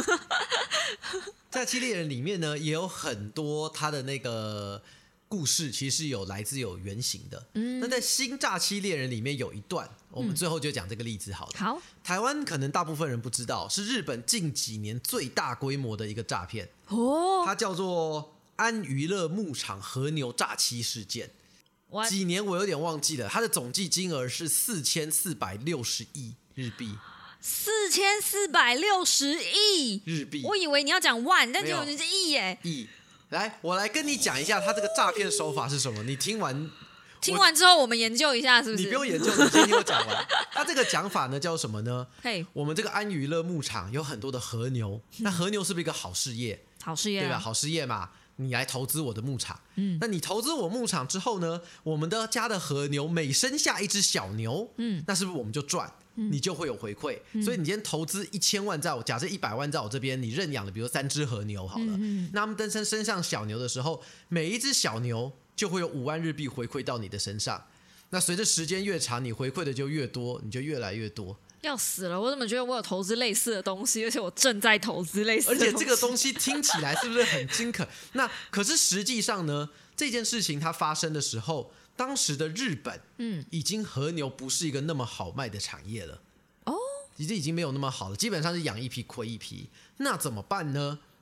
在《诈欺猎人》里面呢，也有很多他的那个故事其实是有来自有原型的。嗯，那在《新诈欺猎人》里面有一段，我们最后就讲这个例子好了。 好， 台湾可能大部分人不知道，是日本近几年最大规模的一个诈骗。 哦， 它叫做安娱乐牧场和牛诈欺事件。What? 几年我有点忘记了，它的总计金额是四千四百六十亿日币。 四千四百六十亿日币， 我以为你要讲万，但结果你是亿耶。 亿，来，我来跟你讲一下他这个诈骗手法是什么。你听完， 听完之后我们研究一下，是不是？ 你不用研究，你先听我讲完。他这个讲法呢叫什么呢？ 嘿， 我们这个安娱乐牧场有很多的和牛，那和牛是不是一个好事业？ 好事业、啊， 对吧？好事业嘛。你来投资我的牧场，嗯，那你投资我牧场之后呢，我们的家的和牛每生下一只小牛，嗯，那是不是我们就赚？嗯、你就会有回馈。嗯、所以你今天投资一千万在我，假设一百万在我这边，你认养了，比如三只和牛好了，嗯嗯，那他们登身身上小牛的时候，每一只小牛就会有五万日币回馈到你的身上。那随着时间越长，你回馈的就越多，你就越来越多。 要死了！我怎么觉得我有投资类似的东西，而且我正在投资类似的东西， 而且这个东西听起来是不是很惊可？那可是实际上呢，这件事情它发生的时候，当时的日本，嗯，已经和牛不是一个那么好卖的产业了。哦，已经已经没有那么好了，基本上是养一批亏一批。那怎么办呢？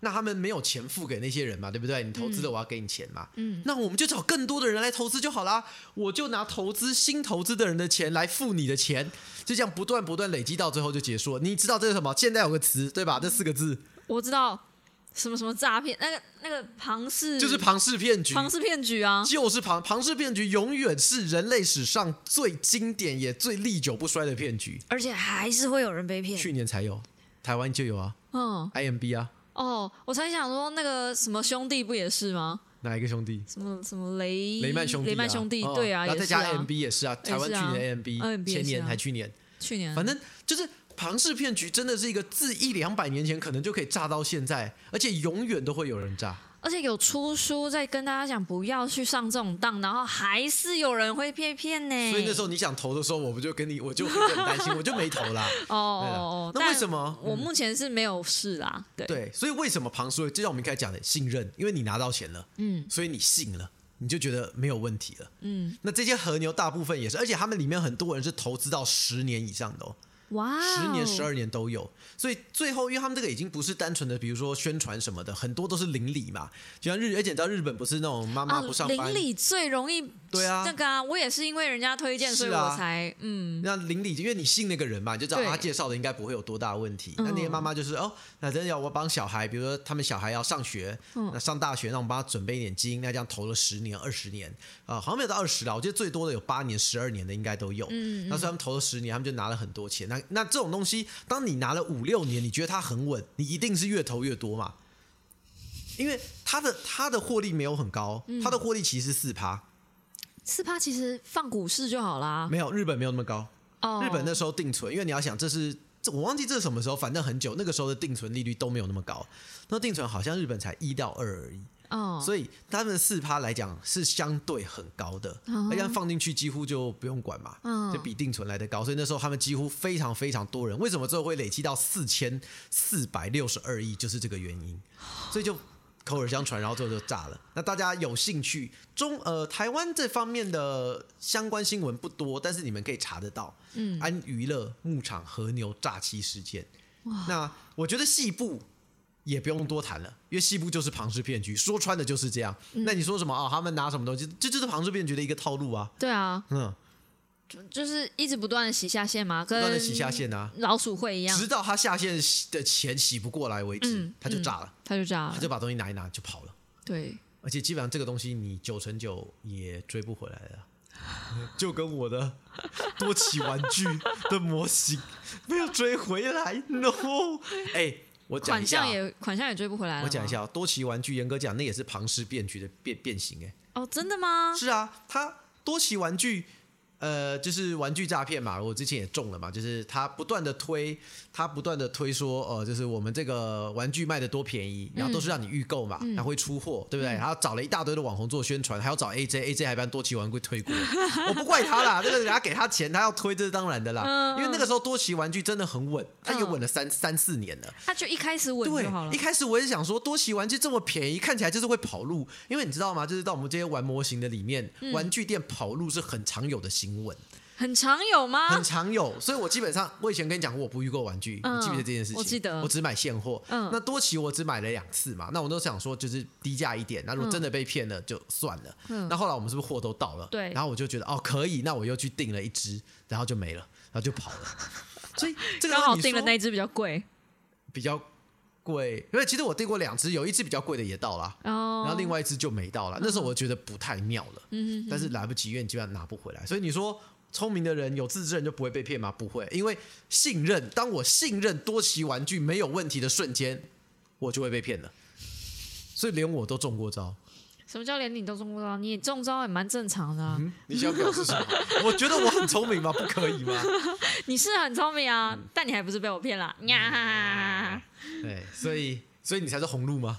那他们没有钱付给那些人嘛，对不对？你投资了，我要给你钱嘛。 嗯， 那我们就找更多的人来投资就好啦。我就拿投资新投资的人的钱来付你的钱，就这样不断不断累积到最后就结束了。你知道这是什么？现在有个词对吧？这四个字我知道。什么什么诈骗？那个那个庞氏就是庞氏骗局， 庞氏骗局啊， 就是庞庞氏骗局，永远是人类史上最经典也最历久不衰的骗局， 而且还是会有人被骗。 去年才有，台湾就有啊，嗯 ，I M B 啊。 哦，我才想说那个什么兄弟不也是吗？ 哪一个兄弟？ 什么什么雷雷曼兄弟、啊？ 雷曼兄弟，哦、对啊， 然后再加 A M B 也是啊，台湾去年 A M B，、啊、前年还去年， 去年， 反正就是。庞氏骗局真的是一个自一两百年前可能就可以炸到现在，而且永远都会有人炸， 而且有出书在跟大家讲不要去上这种当，然后还是有人会被骗呢。 所以那时候你想投的时候，我不就跟你，我就会很担心，我就没投啦。 哦哦， 那为什么？ 我目前是没有事啦。对对，所以为什么庞氏？就像我们一开始讲的，信任，因为你拿到钱了，嗯，所以你信了。你就觉得没有问题了，嗯。那这些和牛大部分也是，而且他们里面很多人是投资到十年以上的哦。 哇， 十年、十二年都有，所以最后，因为他们这个已经不是单纯的，比如说宣传什么的，很多都是邻里嘛。就像日，而且你知道日本不是那种妈妈不上班， 啊、邻里最容易对啊， 那个啊，我也是因为人家推荐，啊、所以我才嗯。 那邻里，因为你信那个人嘛，你就知道他介绍的应该不会有多大的问题。那那些妈妈就是哦，那真的要我帮小孩，比如说他们小孩要上学，嗯、那上大学，那我们帮他准备一点金，那这样投了十年、二十年，啊、呃，好像没有到二十啦，我觉得最多的有八年、十二年的应该都有。嗯，那所以他们投了十年，他们就拿了很多钱。那那这种东西。当你拿了五六年，你觉得它很稳，你一定是越投越多嘛？因为它的它的获利没有很高，它的获利其实四趴， 四趴其实放股市就好啦。 没有，日本没有那么高。哦，日本那时候定存，因为你要想，这是这我忘记这是什么时候，反正很久，那个时候的定存利率都没有那么高。那定存好像日本才一到二而已。哦，所以他们的四趴来讲是相对很高的，而且、哦、放进去几乎就不用管嘛，哦、就比定存来的高，所以那时候他们几乎非常非常多人。为什么最后会累积到四千四百六十二亿，就是这个原因，所以就口耳相传，然后最后就炸了。那大家有兴趣，中呃台湾这方面的相关新闻不多，但是你们可以查得到，嗯，安娱乐牧场和牛诈欺事件。那我觉得细部。也不用多谈了，因为西部就是庞氏骗局，说穿的就是这样。嗯、那你说什么啊、哦？他们拿什么东西？这就是庞氏骗局的一个套路啊。 对啊，嗯，就就是一直不断的洗下线嘛，跟不断的洗下线啊， 老鼠会一样， 直到他下线的钱洗不过来为止，嗯、他就炸了、嗯， 他就炸了， 他就把东西拿一拿就跑了。 对， 而且基本上这个东西你九成九也追不回来了。就跟我的多奇玩具的模型没有追回来 ，no， 哎、欸。我讲一下、 款项也款项也追不回来了。 我讲一下，多奇玩具严格讲，那也是庞氏骗局的变变形哎、 欸。哦，真的吗？ 是啊，他多奇玩具，呃，就是玩具诈骗嘛。我之前也中了嘛，就是他不断的推，他不断的推说，呃，就是我们这个玩具卖的多便宜，然后都是让你预购嘛，嗯、然后会出货，对不对？然后找了一大堆的网红做宣传，还要找 A J，A J 还帮多奇玩具推过。我不怪他啦，这个人家给他钱，他要推，这是当然的啦。嗯、因为那个时候多奇玩具真的很稳，他也稳了三、嗯、三四年了。 他就一开始稳就好了。 对，一开始我也想说，多奇玩具这么便宜，看起来就是会跑路。因为你知道吗？就是到我们这些玩模型的里面，嗯、玩具店跑路是很常有的新闻。 很常有吗？ 很常有，所以我基本上，我以前跟你讲过，我不预购玩具，嗯、你记不记得这件事情？ 我记得， 我只买现货。嗯，那多奇我只买了两次嘛，那我都想说就是低价一点，那如果真的被骗了就算了。嗯，那后来我们是不是货都到了？ 对， 然后我就觉得哦可以，那我又去订了一只，然后就没了，然后就跑了。所以这个刚好订了那一只比较贵， 比较贵，因为其实我订过两只，有一只比较贵的也到了，哦，然后另外一只就没到了。那时候我觉得不太妙了，嗯，但是来不及，因为你基本上拿不回来，所以你说。聪明的人、有自制人就不会被骗吗？不会，因为信任。当我信任多奇玩具没有问题的瞬间，我就会被骗了。所以连我都中过招。 什么叫连你都中过招？你中招也蛮正常的、啊嗯。你想表示什么？我觉得我很聪明吗？不可以吗？ 你是很聪明啊，嗯、但你还不是被我骗了呀？ 对，所以所以你才是红路吗？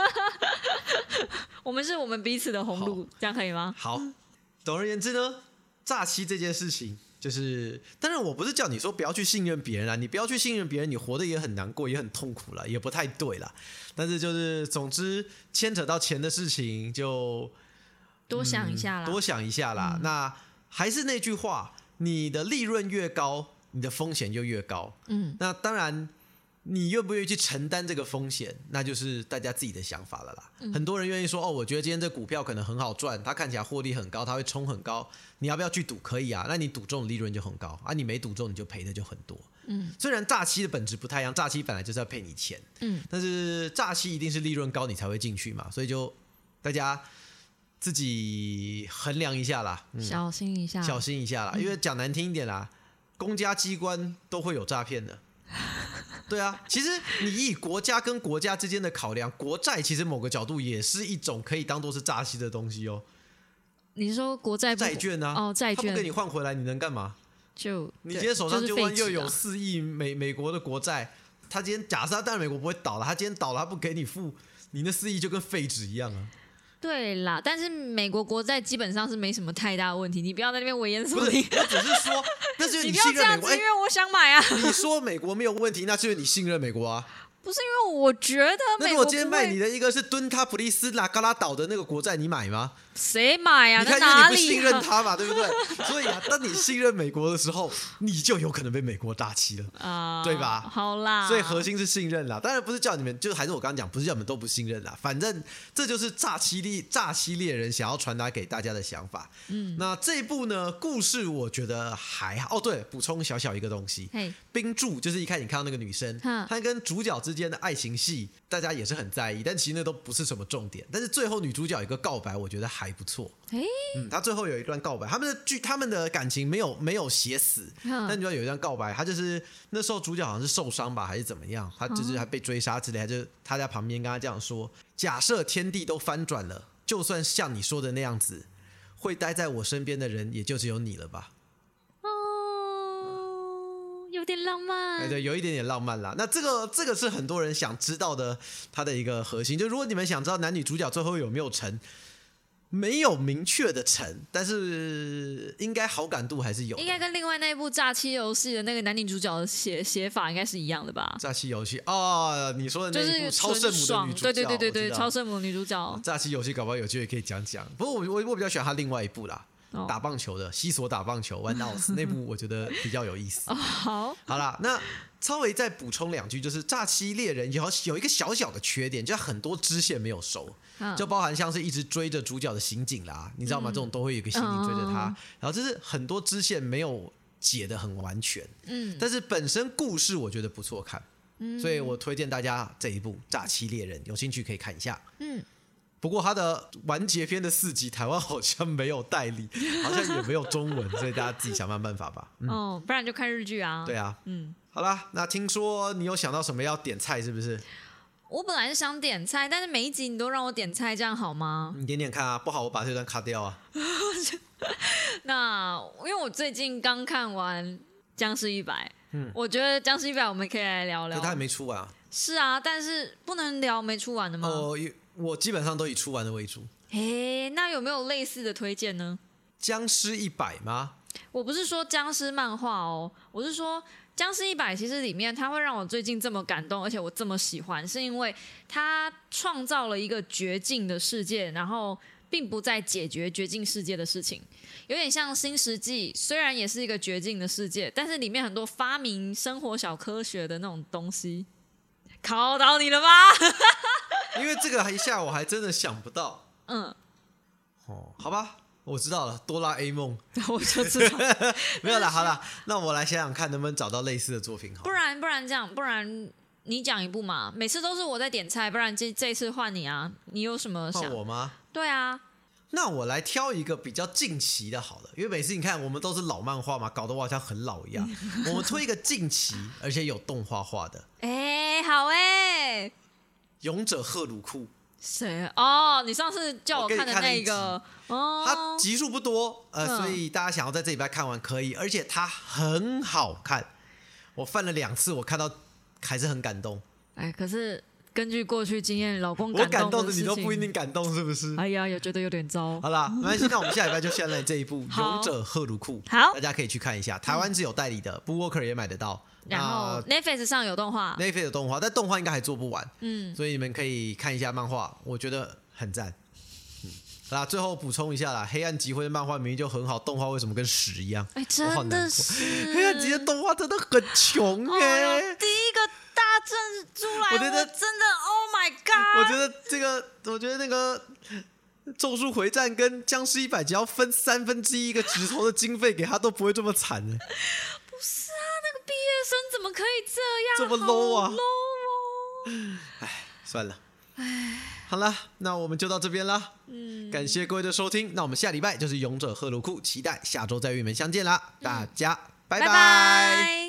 我们是我们彼此的红路，这样可以吗？ 好，总而言之呢。诈欺这件事情，就是当然我不是叫你说不要去信任别人啦，你不要去信任别人，你活得也很难过，也很痛苦啦，也不太对啦。但是就是总之牵扯到钱的事情就， 就多想一下啦、 嗯，多想一下啦。嗯、那还是那句话，你的利润越高，你的风险就越高。嗯，那当然你愿不愿意去承担这个风险，那就是大家自己的想法了啦。嗯、很多人愿意说，哦，我觉得今天这股票可能很好赚，它看起来获利很高，它会冲很高，你要不要去赌？可以啊，那你赌中的利润就很高啊，你没赌中你就赔的就很多。嗯，虽然诈欺的本质不太一样，诈欺本来就是要骗你钱，嗯，但是诈欺一定是利润高你才会进去嘛，所以就大家自己衡量一下啦， 嗯、小心一下， 小心一下啦，因为讲难听一点啦，公家机关都会有诈骗的。对啊，其实你以国家跟国家之间的考量，国债其实某个角度也是一种可以当作是诈欺的东西哦。 你说国债债券啊？ 哦，债券， 他不给你换回来，你能干嘛？ 就你今天手上就又有四亿美美国的国债，他今天假设他当然美国不会倒了，他今天倒了，他不给你付，你那四亿就跟废纸一样啊。 对啦，但是美国国债基本上是没什么太大问题，你不要在那边危言耸听。 我只是说，那是因为你信任美国，因为我想买啊。 你说美国没有问题，那是因为你信任美国啊。 不是因为我觉得美国不会。 那如果今天卖你的一个是敦卡普利斯拉嘎拉岛的那个国债，你买吗？ 谁买啊？ 你看， 因为你不信任他嘛，对不对？所以啊，当你信任美国的时候，你就有可能被美国诈欺了，啊、uh, 对吧？ 好啦， 所以核心是信任啦。当然不是叫你们，就还是我刚刚讲，不是叫你们都不信任啦。反正这就是诈欺猎诈欺猎人想要传达给大家的想法。嗯，那这一部呢，故事我觉得还好。哦，对，补充小小一个东西，hey. 冰柱就是一开始你看到那个女生，她跟主角之间的爱情戏，大家也是很在意，但其实那都不是什么重点。但是最后女主角有一个告白，我觉得还不错。 欸、 嗯，他最后有一段告白，他们的剧，他们的感情没有没有写死，但主要有一段告白，他就是那时候主角好像是受伤吧，还是怎么样，他就是还被追杀之类，他就他在旁边跟他这样说：假设天地都翻转了，就算像你说的那样子，会待在我身边的人也就只有你了吧。 哦，有点浪漫。 哎，对，有一点点浪漫啦。那这个这个是很多人想知道的，他的一个核心，就如果你们想知道男女主角最后有没有成。没有明确的成，但是应该好感度还是有的。 应该跟另外那一部诈欺游戏的那个男女主角的写写法应该是一样的吧？ 诈欺游戏哦，你说的那一部超圣母的女主角， 对对对对对，超圣母的女主角。 诈欺游戏搞不好有机会可以讲讲。不过我我我比较喜欢他另外一部啦，哦、打棒球的西索打棒球 One House 那部我觉得比较有意思。 哦、好， 好啦，那稍微再补充两句，就是诈欺猎人有有一个小小的缺点，就是很多支线没有熟。就包含像是一直追着主角的刑警啦，你知道吗？嗯、这种都会有一个刑警追着他，嗯、然后就是很多支线没有解得很完全，嗯，但是本身故事我觉得不错看，嗯，所以我推荐大家这一部《诈欺猎人》，有兴趣可以看一下，嗯。不过它的完结篇的四集，台湾好像没有代理，好像也没有中文，所以大家自己想办办法吧。 嗯、哦，不然就看日剧啊。 对啊，嗯，好啦，那听说你有想到什么要点菜是不是？ 我本来是想点菜，但是每一集你都让我点菜，这样好吗？ 你点点看啊，不好我把这段卡掉啊。 那因为我最近刚看完《僵尸一百》，嗯，我觉得《僵尸一百》我们可以来聊聊。 可他还没出完啊。 是啊，但是不能聊没出完的吗？ 哦，我基本上都以出完的为主。 嘿，那有没有类似的推荐呢？ 僵尸一百吗？ 我不是说僵尸漫画哦，我是说僵尸一百其实里面它会让我最近这么感动，而且我这么喜欢，是因为它创造了一个绝境的世界，然后并不再解决绝境世界的事情，有点像新世纪，虽然也是一个绝境的世界，但是里面很多发明生活小科学的那种东西。考到你了吗？ 因为这个一下我还真的想不到。 嗯， 哦，好吧，我知道了，哆啦 A 梦， 我就知道。 没有啦，好啦，那我来想想看能不能找到类似的作品好。 不然不然这样，不然你讲一部嘛，每次都是我在点菜，不然这这次换你啊，你有什么想？ 换我吗？ 对啊。 那我来挑一个比较近期的好了，因为每次你看我们都是老漫画嘛，搞得我好像很老一样。我们推一个近期而且有动画化的。 哎、欸，好哎、欸， 勇者赫鲁库。 谁？哦，你上次叫我看的那个。哦， 它集数不多，呃，嗯、所以大家想要在这礼拜看完可以，而且它很好看。我翻了两次，我看到还是很感动。 哎，可是。根据过去经验，老公感动的事情，我感动的你都不一定感动，是不是？ 哎呀，也觉得有点糟。 好啦，没关系，那我们下礼拜就先来这一部《勇者赫鲁库》， 好， 大家可以去看一下。台湾是有代理的 ，Bookwalker 也买得到。 然后 Netflix 上有动画 ，Netflix 有动画，但动画应该还做不完，嗯，所以你们可以看一下漫画，我觉得很赞。嗯，好啦，最后补充一下啦，《黑暗集会》的漫画明明就很好，动画为什么跟屎一样？ 哎，真的是， 黑暗集的动画真的很穷哎、欸哦。第一个大真出来， 我觉得真的 ，Oh my God！ 我觉得这个，我觉得那个《咒术回战》跟《僵尸一百》只要分三分之一一个指头的经费给他，都不会这么惨的。 不是啊，那个毕业生怎么可以这样？ 这么 low 啊 ，low 哦！ 哎，算了。好了，那我们就到这边啦。嗯，感谢各位的收听。那我们下礼拜就是勇者赫鲁库，期待下周再与你们相见啦。大家拜拜。 拜拜。